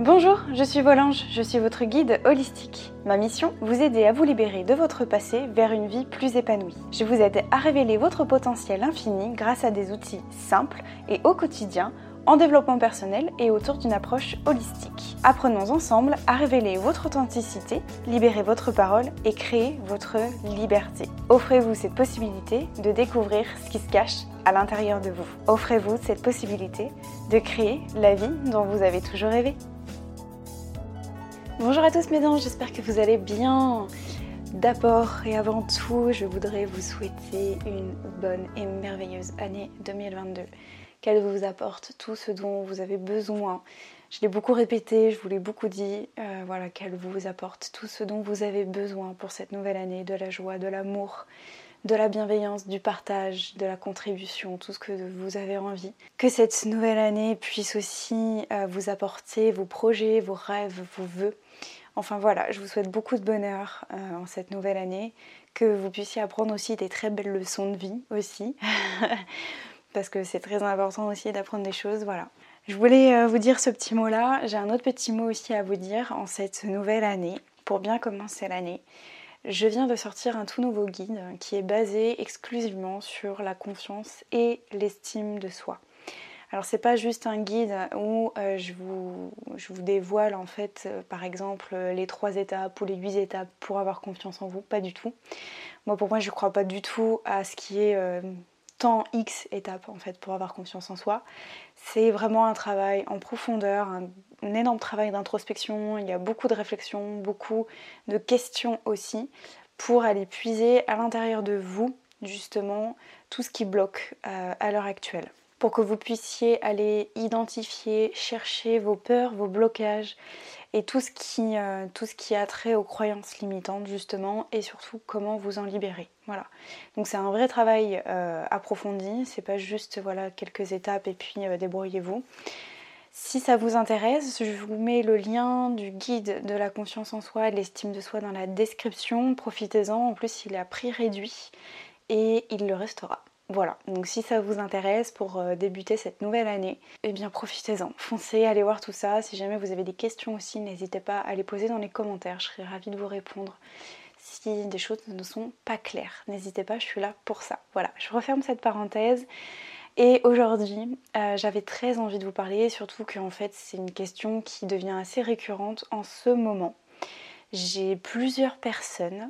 Bonjour, je suis Volange, je suis votre guide holistique. Ma mission, vous aider à vous libérer de votre passé vers une vie plus épanouie. Je vous aide à révéler votre potentiel infini grâce à des outils simples et au quotidien, en développement personnel et autour d'une approche holistique. Apprenons ensemble à révéler votre authenticité, libérer votre parole et créer votre liberté. Offrez-vous cette possibilité de découvrir ce qui se cache à l'intérieur de vous. Offrez-vous cette possibilité de créer la vie dont vous avez toujours rêvé. Bonjour à tous mes anges, j'espère que vous allez bien. D'abord et avant tout, je voudrais vous souhaiter une bonne et merveilleuse année 2022. Qu'elle vous apporte tout ce dont vous avez besoin. Je l'ai beaucoup répété, je vous l'ai beaucoup dit, qu'elle vous apporte tout ce dont vous avez besoin pour cette nouvelle année, de la joie, de l'amour, de la bienveillance, du partage, de la contribution, tout ce que vous avez envie. Que cette nouvelle année puisse aussi vous apporter vos projets, vos rêves, vos vœux. Enfin voilà, je vous souhaite beaucoup de bonheur en cette nouvelle année, que vous puissiez apprendre aussi des très belles leçons de vie aussi, parce que c'est très important aussi d'apprendre des choses, voilà. Je voulais vous dire ce petit mot-là, j'ai un autre petit mot aussi à vous dire en cette nouvelle année, pour bien commencer l'année. Je viens de sortir un tout nouveau guide qui est basé exclusivement sur la confiance et l'estime de soi. Alors c'est pas juste un guide où je vous dévoile en fait par exemple les 3 étapes ou les 8 étapes pour avoir confiance en vous, pas du tout. Pour moi je crois pas du tout à ce qui est tant X étapes en fait pour avoir confiance en soi. C'est vraiment un travail en profondeur, un énorme travail d'introspection, il y a beaucoup de réflexions, beaucoup de questions aussi pour aller puiser à l'intérieur de vous justement tout ce qui bloque à l'heure actuelle. Pour que vous puissiez aller identifier, chercher vos peurs, vos blocages et tout ce qui a trait aux croyances limitantes justement et surtout comment vous en libérer. Voilà. Donc c'est un vrai travail approfondi, c'est pas juste quelques étapes et puis débrouillez-vous. Si ça vous intéresse, je vous mets le lien du guide de la confiance en soi et de l'estime de soi dans la description. Profitez-en, en plus il est à prix réduit et il le restera. Voilà, donc si ça vous intéresse pour débuter cette nouvelle année, eh bien profitez-en, foncez, allez voir tout ça. Si jamais vous avez des questions aussi, n'hésitez pas à les poser dans les commentaires, je serai ravie de vous répondre. Si des choses ne sont pas claires, n'hésitez pas, je suis là pour ça. Voilà, je referme cette parenthèse. Et aujourd'hui, j'avais très envie de vous parler, surtout qu'en fait c'est une question qui devient assez récurrente en ce moment. J'ai plusieurs personnes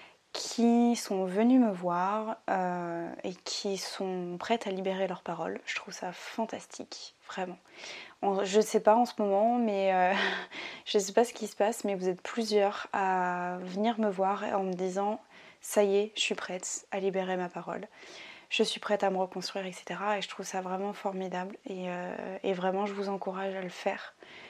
qui sont venues me voir et qui sont prêtes à libérer leurs paroles. Je trouve ça fantastique, vraiment. Je sais pas en ce moment, mais je sais pas ce qui se passe, mais vous êtes plusieurs à venir me voir en me disant « ça y est, je suis prête à libérer ma parole ». Je suis prête à me reconstruire, etc. Et je trouve ça vraiment formidable et vraiment je vous encourage à le faire.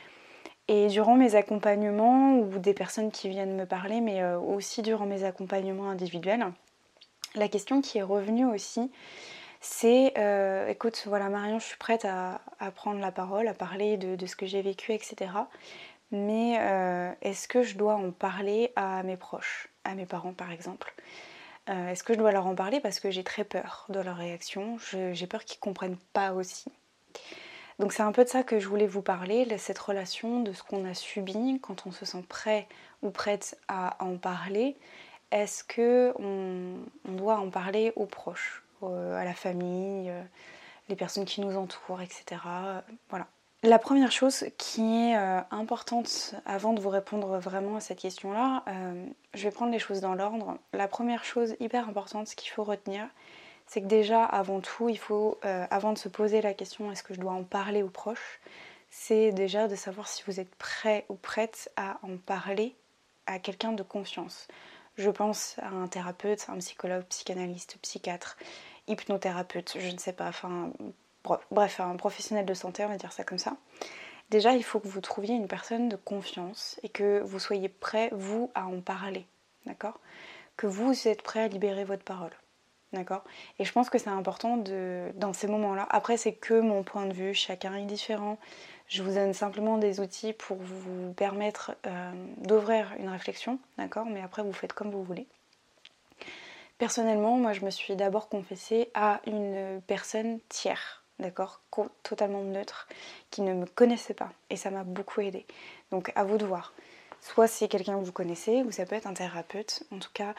Et durant mes accompagnements ou des personnes qui viennent me parler, mais aussi durant mes accompagnements individuels, la question qui est revenue aussi, c'est écoute, voilà Marion, je suis prête à prendre la parole, à parler de ce que j'ai vécu, etc. Mais est-ce que je dois en parler à mes proches, à mes parents par exemple ? Est-ce que je dois leur en parler parce que j'ai très peur de leur réaction, j'ai peur qu'ils ne comprennent pas aussi. Donc c'est un peu de ça que je voulais vous parler, cette relation de ce qu'on a subi quand on se sent prêt ou prête à en parler. Est-ce qu'on doit en parler aux proches, à la famille, les personnes qui nous entourent, etc. Voilà. La première chose qui est importante avant de vous répondre vraiment à cette question-là, je vais prendre les choses dans l'ordre. La première chose hyper importante, ce qu'il faut retenir, c'est que déjà, avant tout, il faut, avant de se poser la question est-ce que je dois en parler aux proches, c'est déjà de savoir si vous êtes prêt ou prête à en parler à quelqu'un de confiance. Je pense à un thérapeute, un psychologue, psychanalyste, psychiatre, hypnothérapeute, je ne sais pas, bref, un professionnel de santé, on va dire ça comme ça. Déjà, il faut que vous trouviez une personne de confiance et que vous soyez prêt, vous, à en parler, d'accord ? Que vous êtes prêt à libérer votre parole. D'accord ? Et je pense que c'est important dans ces moments-là. Après, c'est que mon point de vue, chacun est différent. Je vous donne simplement des outils pour vous permettre d'ouvrir une réflexion, d'accord ? Mais après, vous faites comme vous voulez. Personnellement, moi, je me suis d'abord confessée à une personne tiers, d'accord, totalement neutre, qui ne me connaissait pas. Et ça m'a beaucoup aidée. Donc à vous de voir. Soit c'est quelqu'un que vous connaissez, ou ça peut être un thérapeute. En tout cas,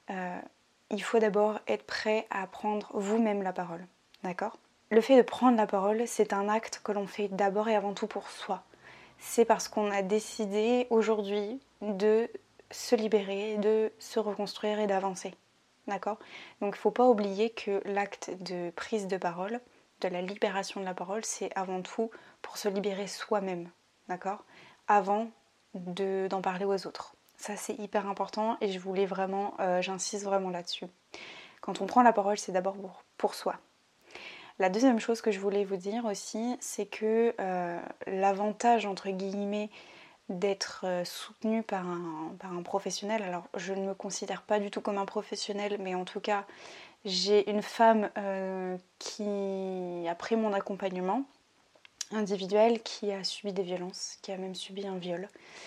il faut d'abord être prêt à prendre vous-même la parole, d'accord? Le fait de prendre la parole, c'est un acte que l'on fait d'abord et avant tout pour soi. C'est parce qu'on a décidé aujourd'hui de se libérer, de se reconstruire et d'avancer, d'accord? Donc il ne faut pas oublier que l'acte de prise de parole, de la libération de la parole, c'est avant tout pour se libérer soi-même, d'accord? Avant d'en parler aux autres. Ça c'est hyper important et j'insiste vraiment là-dessus. Quand on prend la parole, c'est d'abord pour soi. La deuxième chose que je voulais vous dire aussi, c'est que l'avantage entre guillemets d'être soutenu par un professionnel, alors je ne me considère pas du tout comme un professionnel, mais en tout cas j'ai une femme qui a pris mon accompagnement individuel, qui a subi des violences, qui a même subi un viol.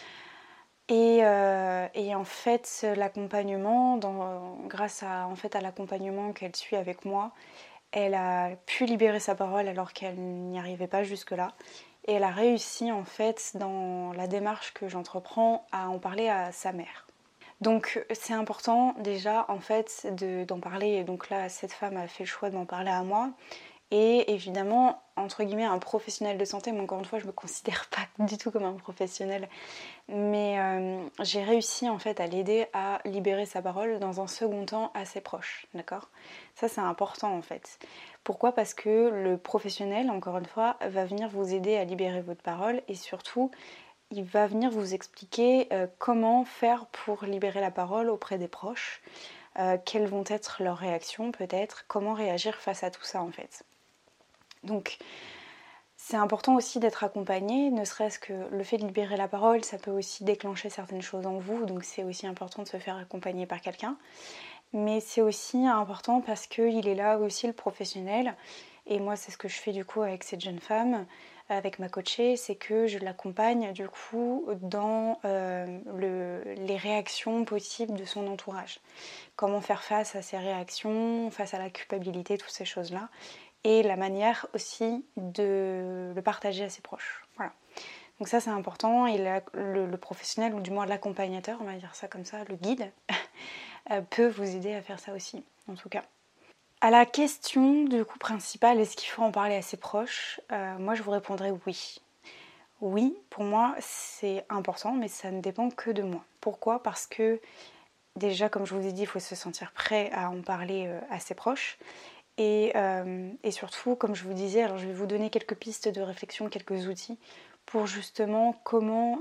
Et en fait, l'accompagnement, grâce à l'accompagnement qu'elle suit avec moi, elle a pu libérer sa parole alors qu'elle n'y arrivait pas jusque-là. Et elle a réussi en fait dans la démarche que j'entreprends à en parler à sa mère. Donc c'est important déjà en fait d'en parler. Et donc là, cette femme a fait le choix de m'en parler à moi. Et évidemment, entre guillemets, un professionnel de santé, mais encore une fois, je ne me considère pas du tout comme un professionnel. Mais j'ai réussi en fait à l'aider à libérer sa parole dans un second temps à ses proches, d'accord? Ça c'est important en fait. Pourquoi? Parce que le professionnel, encore une fois, va venir vous aider à libérer votre parole et surtout, il va venir vous expliquer comment faire pour libérer la parole auprès des proches, quelles vont être leurs réactions peut-être, comment réagir face à tout ça en fait. Donc c'est important aussi d'être accompagné, ne serait-ce que le fait de libérer la parole, ça peut aussi déclencher certaines choses en vous, donc c'est aussi important de se faire accompagner par quelqu'un. Mais c'est aussi important parce qu'il est là aussi le professionnel, et moi c'est ce que je fais du coup avec cette jeune femme, avec ma coachée, c'est que je l'accompagne du coup dans les réactions possibles de son entourage. Comment faire face à ces réactions, face à la culpabilité, toutes ces choses-là. Et la manière aussi de le partager à ses proches. Voilà. Donc ça c'est important et le professionnel ou du moins l'accompagnateur, on va dire ça comme ça, le guide, peut vous aider à faire ça aussi, en tout cas. À la question du coup principale, est-ce qu'il faut en parler à ses proches? Moi je vous répondrai oui. Oui, pour moi c'est important, mais ça ne dépend que de moi. Pourquoi? Parce que déjà, comme je vous ai dit, il faut se sentir prêt à en parler à ses proches. Et surtout, comme je vous disais, alors je vais vous donner quelques pistes de réflexion, quelques outils pour justement comment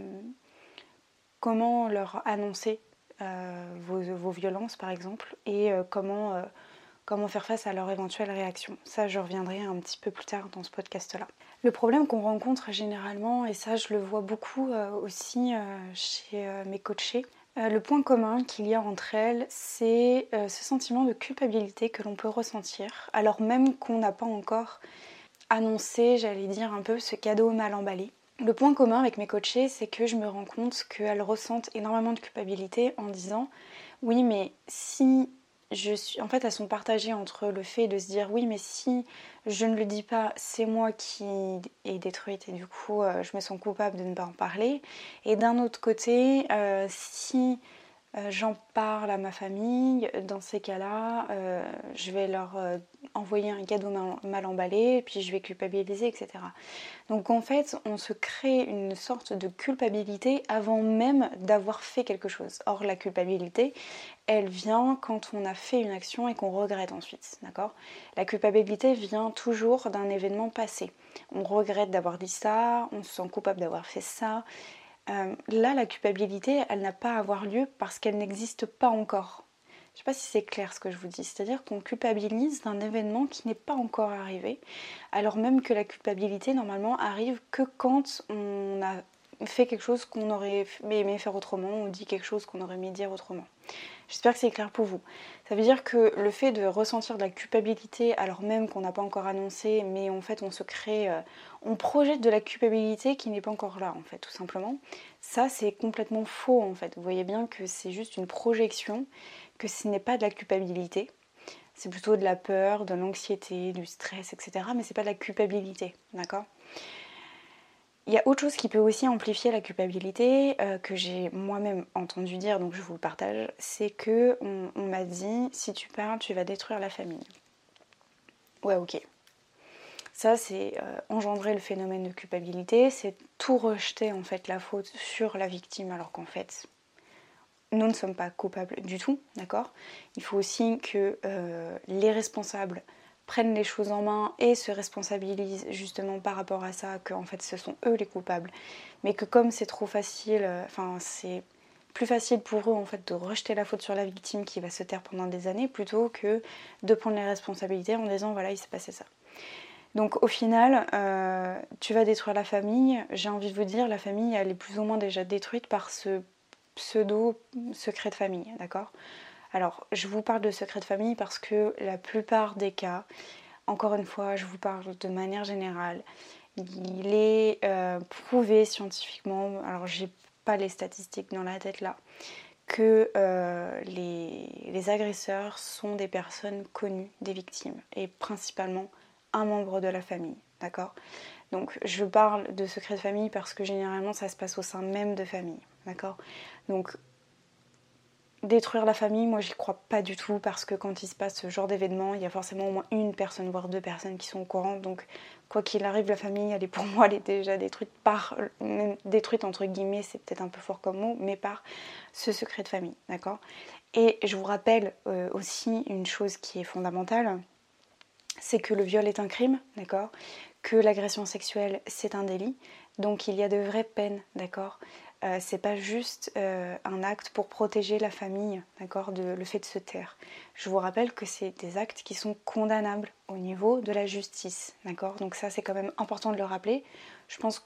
leur annoncer vos violences par exemple et comment faire face à leur éventuelle réaction. Ça, je reviendrai un petit peu plus tard dans ce podcast-là. Le problème qu'on rencontre généralement, et ça je le vois beaucoup aussi chez mes coachés, le point commun qu'il y a entre elles, c'est ce sentiment de culpabilité que l'on peut ressentir, alors même qu'on n'a pas encore annoncé, j'allais dire un peu, ce cadeau mal emballé. Le point commun avec mes coachés, c'est que je me rends compte qu'elles ressentent énormément de culpabilité en disant « Oui, mais si je suis... » En fait, elles sont partagées entre le fait de se dire « Oui, mais si je ne le dis pas, c'est moi qui est détruite et du coup, je me sens coupable de ne pas en parler. » Et d'un autre côté, si j'en parle à ma famille, dans ces cas-là, je vais leur envoyer un cadeau mal emballé, et puis je vais culpabiliser, etc. Donc en fait, on se crée une sorte de culpabilité avant même d'avoir fait quelque chose. Or, la culpabilité, elle vient quand on a fait une action et qu'on regrette ensuite, d'accord? La culpabilité vient toujours d'un événement passé. On regrette d'avoir dit ça, on se sent coupable d'avoir fait ça. Là, la culpabilité, elle n'a pas à avoir lieu parce qu'elle n'existe pas encore. Je ne sais pas si c'est clair ce que je vous dis, c'est-à-dire qu'on culpabilise d'un événement qui n'est pas encore arrivé, alors même que la culpabilité, normalement, arrive que quand on a fait quelque chose qu'on aurait aimé faire autrement, on dit quelque chose qu'on aurait aimé dire autrement. J'espère que c'est clair pour vous. Ça veut dire que le fait de ressentir de la culpabilité alors même qu'on n'a pas encore annoncé, mais en fait on se crée, on projette de la culpabilité qui n'est pas encore là en fait, tout simplement. Ça c'est complètement faux en fait. Vous voyez bien que c'est juste une projection, que ce n'est pas de la culpabilité. c'est plutôt de la peur, de l'anxiété, du stress, etc. Mais c'est pas de la culpabilité, d'accord ? Il y a autre chose qui peut aussi amplifier la culpabilité, que j'ai moi-même entendu dire, donc je vous le partage, c'est que on m'a dit, si tu pars, tu vas détruire la famille. Ouais, ok. Ça, c'est engendrer le phénomène de culpabilité, c'est tout rejeter en fait la faute sur la victime, alors qu'en fait, nous ne sommes pas coupables du tout, d'accord ? Il faut aussi que les responsables prennent les choses en main et se responsabilisent justement par rapport à ça, que en fait ce sont eux les coupables, mais que comme c'est trop facile, c'est plus facile pour eux en fait de rejeter la faute sur la victime qui va se taire pendant des années plutôt que de prendre les responsabilités en disant voilà il s'est passé ça. Donc au final, tu vas détruire la famille. J'ai envie de vous dire, la famille elle est plus ou moins déjà détruite par ce pseudo secret de famille, d'accord ? Alors, je vous parle de secret de famille parce que la plupart des cas, encore une fois, je vous parle de manière générale, il est prouvé scientifiquement, alors j'ai pas les statistiques dans la tête là, que les agresseurs sont des personnes connues des victimes et principalement un membre de la famille, d'accord ? Donc je parle de secret de famille parce que généralement ça se passe au sein même de famille, d'accord ? Donc détruire la famille, moi j'y crois pas du tout parce que quand il se passe ce genre d'événement, il y a forcément au moins une personne, voire deux personnes qui sont au courant. Donc quoi qu'il arrive, la famille, elle est pour moi, elle est déjà détruite détruite entre guillemets, c'est peut-être un peu fort comme mot, mais par ce secret de famille, d'accord ? Et je vous rappelle aussi une chose qui est fondamentale, c'est que le viol est un crime, d'accord ? Que l'agression sexuelle, c'est un délit, donc il y a de vraies peines, d'accord ? C'est pas juste un acte pour protéger la famille, d'accord, le fait de se taire. Je vous rappelle que c'est des actes qui sont condamnables au niveau de la justice, d'accord ? Donc ça, c'est quand même important de le rappeler. Je pense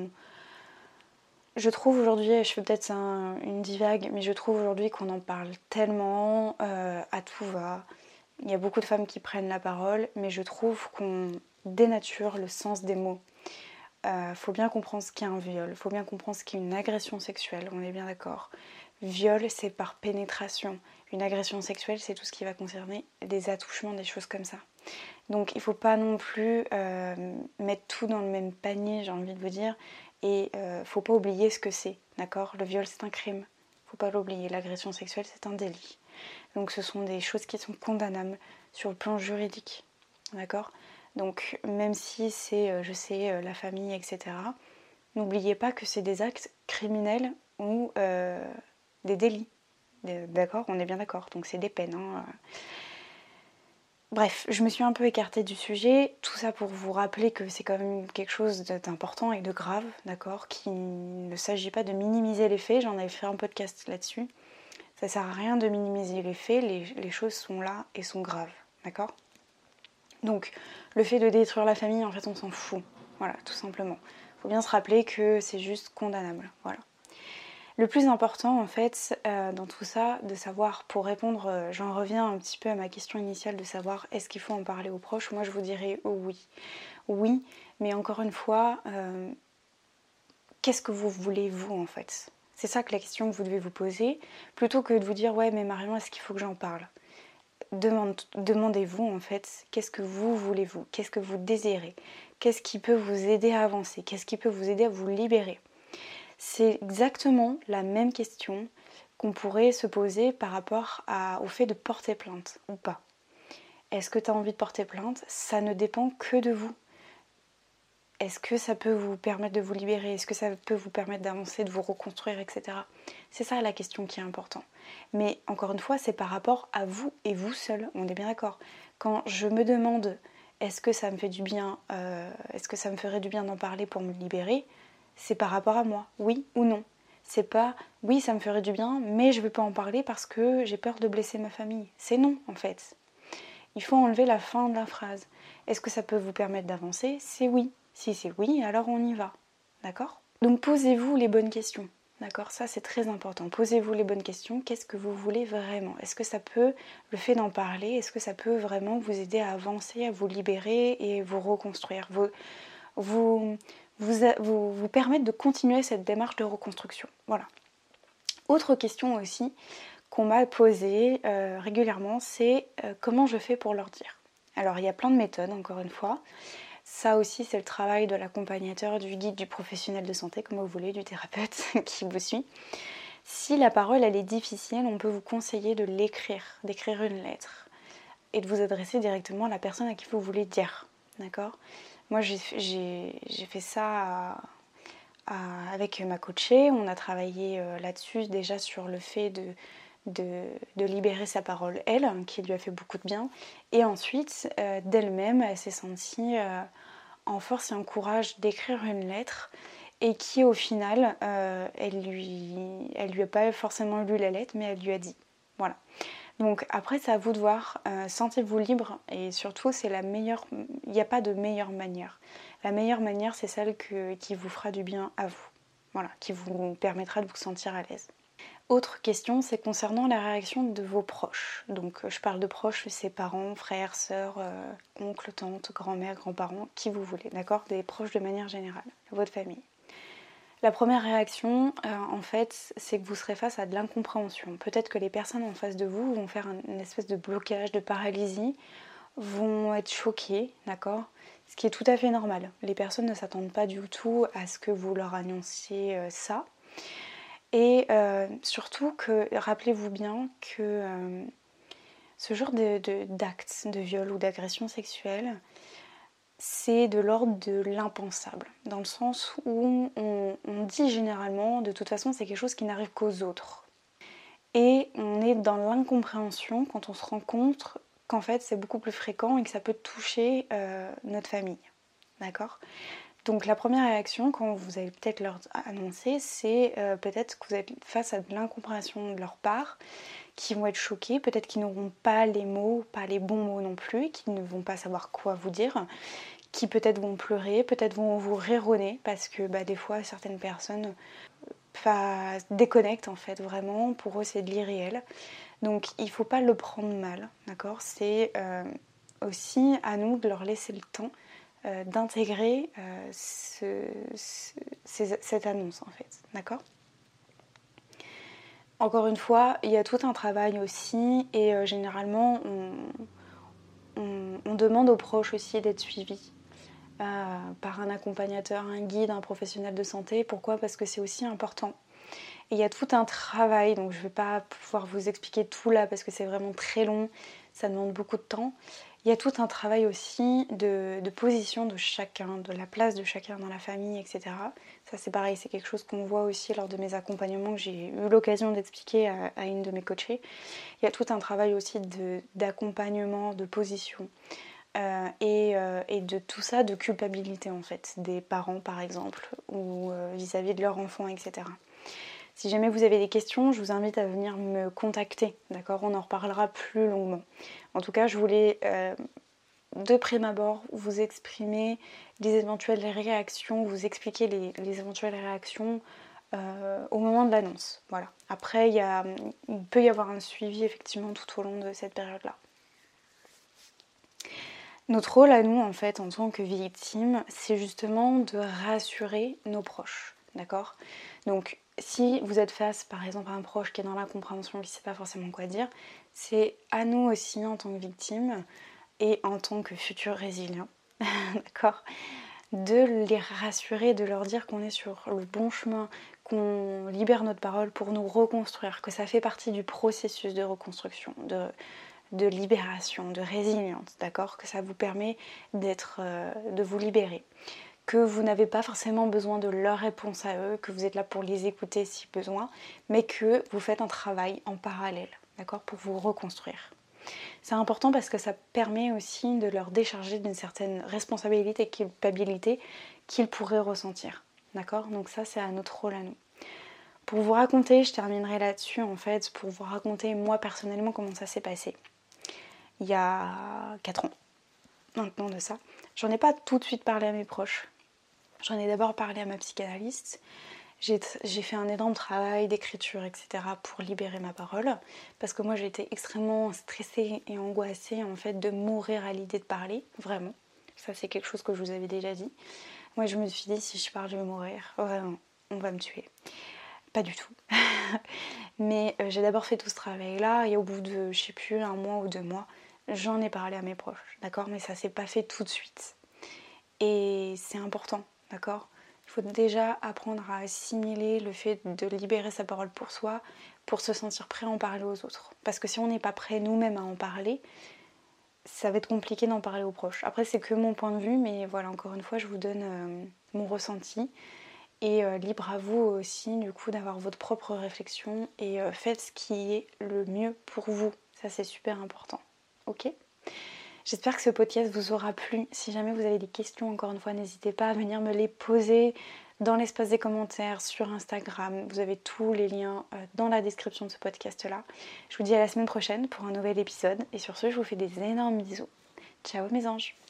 je trouve aujourd'hui, je fais peut-être une divague, mais je trouve aujourd'hui qu'on en parle tellement à tout va. Il y a beaucoup de femmes qui prennent la parole, mais je trouve qu'on dénature le sens des mots. Faut bien comprendre ce qu'est un viol, faut bien comprendre ce qu'est une agression sexuelle, on est bien d'accord. Viol, c'est par pénétration. Une agression sexuelle, c'est tout ce qui va concerner des attouchements, des choses comme ça. Donc il ne faut pas non plus mettre tout dans le même panier, j'ai envie de vous dire, et faut pas oublier ce que c'est, d'accord ? Le viol, c'est un crime, faut pas l'oublier. L'agression sexuelle, c'est un délit. Donc ce sont des choses qui sont condamnables sur le plan juridique, d'accord ? Donc même si c'est, je sais, la famille, etc., n'oubliez pas que c'est des actes criminels ou des délits. D'accord ? On est bien d'accord. Donc c'est des peines. Hein. Bref, je me suis un peu écartée du sujet. Tout ça pour vous rappeler que c'est quand même quelque chose d'important et de grave, d'accord ? Qu'il ne s'agit pas de minimiser les faits. J'en avais fait un podcast là-dessus. Ça sert à rien de minimiser les faits. Les choses sont là et sont graves, d'accord ? Donc, le fait de détruire la famille, en fait, on s'en fout. Voilà, tout simplement. Il faut bien se rappeler que c'est juste condamnable. Voilà. Le plus important, en fait, dans tout ça, de savoir, pour répondre, j'en reviens un petit peu à ma question initiale de savoir est-ce qu'il faut en parler aux proches. Moi, je vous dirais oui. Oui, mais encore une fois, qu'est-ce que vous voulez, vous, en fait ? C'est ça que la question que vous devez vous poser, plutôt que de vous dire ouais, mais Marion, est-ce qu'il faut que j'en parle ? Demandez-vous en fait, qu'est-ce que vous voulez vous, qu'est-ce que vous désirez, qu'est-ce qui peut vous aider à avancer, qu'est-ce qui peut vous aider à vous libérer. C'est exactement la même question qu'on pourrait se poser par rapport au fait de porter plainte ou pas. Est-ce que tu as envie de porter plainte ? Ça ne dépend que de vous. Est-ce que ça peut vous permettre de vous libérer ? Est-ce que ça peut vous permettre d'avancer, de vous reconstruire, etc. C'est ça la question qui est importante. Mais encore une fois, c'est par rapport à vous et vous seul. On est bien d'accord. Quand je me demande est-ce que ça me fait du bien, est-ce que ça me ferait du bien d'en parler pour me libérer, c'est par rapport à moi, oui ou non. C'est pas oui, ça me ferait du bien, mais je ne veux pas en parler parce que j'ai peur de blesser ma famille. C'est non en fait. Il faut enlever la fin de la phrase. Est-ce que ça peut vous permettre d'avancer ? C'est oui. Si c'est oui, alors on y va. D'accord ? Donc posez-vous les bonnes questions. D'accord ? Ça c'est très important. Posez-vous les bonnes questions. Qu'est-ce que vous voulez vraiment ? Est-ce que ça peut, le fait d'en parler, est-ce que ça peut vraiment vous aider à avancer, à vous libérer et vous reconstruire, vous permettre de continuer cette démarche de reconstruction ? Voilà. Autre question aussi, qu'on m'a posées régulièrement, c'est comment je fais pour leur dire. Alors il y a plein de méthodes, encore une fois. Ça aussi, c'est le travail de l'accompagnateur, du guide, du professionnel de santé, comme vous voulez, du thérapeute qui vous suit. Si la parole, elle est difficile, on peut vous conseiller de l'écrire, d'écrire une lettre et de vous adresser directement à la personne à qui vous voulez dire. D'accord ? Moi, j'ai fait ça avec ma coachée. On a travaillé là-dessus, déjà sur le fait de libérer sa parole, elle, qui lui a fait beaucoup de bien. Et ensuite, d'elle-même, elle s'est sentie en force et en courage d'écrire une lettre et qui, au final, elle lui a pas forcément lu la lettre, mais elle lui a dit. Voilà. Donc après, c'est à vous de voir. Sentez-vous libre et surtout, c'est la meilleure. Il n'y a pas de meilleure manière. La meilleure manière, c'est celle qui vous fera du bien à vous. Voilà, qui vous permettra de vous sentir à l'aise. Autre question, c'est concernant la réaction de vos proches. Donc je parle de proches, c'est parents, frères, sœurs, oncles, tantes, grand-mère, grands-parents, qui vous voulez, d'accord ? Des proches de manière générale, votre famille. La première réaction, en fait, c'est que vous serez face à de l'incompréhension. Peut-être que les personnes en face de vous vont faire une espèce de blocage, de paralysie, vont être choquées, d'accord ? Ce qui est tout à fait normal. Les personnes ne s'attendent pas du tout à ce que vous leur annonciez ça. Et surtout que, rappelez-vous bien que ce genre d'actes de viol ou d'agression sexuelle, c'est de l'ordre de l'impensable. Dans le sens où on dit généralement, de toute façon, c'est quelque chose qui n'arrive qu'aux autres. Et on est dans l'incompréhension quand on se rend compte qu'en fait, c'est beaucoup plus fréquent et que ça peut toucher notre famille. D'accord ? Donc la première réaction, quand vous allez peut-être leur annoncer, c'est peut-être que vous êtes face à de l'incompréhension de leur part, qui vont être choqués, peut-être qu'ils n'auront pas les mots, pas les bons mots non plus, qui ne vont pas savoir quoi vous dire, qui peut-être vont pleurer, peut-être vont vous rironner, parce que des fois certaines personnes déconnectent en fait vraiment, pour eux c'est de l'irréel. Donc il ne faut pas le prendre mal, d'accord ? C'est aussi à nous de leur laisser le temps d'intégrer cette annonce en fait, d'accord ? Encore une fois, il y a tout un travail aussi et généralement on demande aux proches aussi d'être suivis par un accompagnateur, un guide, un professionnel de santé. Pourquoi ? Parce que c'est aussi important. Et il y a tout un travail, donc je ne vais pas pouvoir vous expliquer tout là parce que c'est vraiment très long, ça demande beaucoup de temps. Il y a tout un travail aussi de position de chacun, de la place de chacun dans la famille, etc. Ça c'est pareil, c'est quelque chose qu'on voit aussi lors de mes accompagnements que j'ai eu l'occasion d'expliquer à une de mes coachées. Il y a tout un travail aussi d'accompagnement, de position et de tout ça, de culpabilité en fait, des parents par exemple, ou vis-à-vis de leur enfant, etc. Si jamais vous avez des questions, je vous invite à venir me contacter, d'accord ? On en reparlera plus longuement. En tout cas, je voulais de prime abord vous exprimer les éventuelles réactions, vous expliquer les éventuelles réactions au moment de l'annonce. Voilà. Après, il peut y avoir un suivi effectivement tout au long de cette période-là. Notre rôle à nous, en fait, en tant que victime, c'est justement de rassurer nos proches, d'accord ? Donc, si vous êtes face, par exemple, à un proche qui est dans l'incompréhension, qui ne sait pas forcément quoi dire, c'est à nous aussi, en tant que victime, et en tant que futur résilient, d'accord, de les rassurer, de leur dire qu'on est sur le bon chemin, qu'on libère notre parole pour nous reconstruire, que ça fait partie du processus de reconstruction, de libération, de résilience, d'accord, que ça vous permet de vous libérer, que vous n'avez pas forcément besoin de leur réponse à eux, que vous êtes là pour les écouter si besoin, mais que vous faites un travail en parallèle, d'accord, pour vous reconstruire. C'est important parce que ça permet aussi de leur décharger d'une certaine responsabilité et culpabilité qu'ils pourraient ressentir. D'accord ? Donc ça, c'est à notre rôle à nous. Pour vous raconter, je terminerai là-dessus en fait, pour vous raconter moi personnellement comment ça s'est passé. Il y a 4 ans maintenant de ça. J'en ai pas tout de suite parlé à mes proches. J'en ai d'abord parlé à ma psychanalyste. J'ai fait un énorme travail d'écriture, etc. pour libérer ma parole. Parce que moi, j'ai été extrêmement stressée et angoissée en fait de mourir à l'idée de parler, vraiment. Ça, c'est quelque chose que je vous avais déjà dit. Moi, je me suis dit, si je parle, je vais mourir. Vraiment, on va me tuer. Pas du tout. Mais j'ai d'abord fait tout ce travail-là et au bout de, je sais plus, 1 mois ou 2 mois, j'en ai parlé à mes proches, d'accord? Mais ça s'est pas fait tout de suite. Et c'est important, d'accord? Il faut déjà apprendre à assimiler le fait de libérer sa parole pour soi, pour se sentir prêt à en parler aux autres. Parce que si on n'est pas prêt nous-mêmes à en parler, ça va être compliqué d'en parler aux proches. Après, c'est que mon point de vue, mais voilà, encore une fois, je vous donne mon ressenti. Et libre à vous aussi, du coup, d'avoir votre propre réflexion et faites ce qui est le mieux pour vous. Ça, c'est super important. Ok ? J'espère que ce podcast vous aura plu. Si jamais vous avez des questions, encore une fois, n'hésitez pas à venir me les poser dans l'espace des commentaires sur Instagram. Vous avez tous les liens dans la description de ce podcast-là. Je vous dis à la semaine prochaine pour un nouvel épisode. Et sur ce, je vous fais des énormes bisous. Ciao mes anges!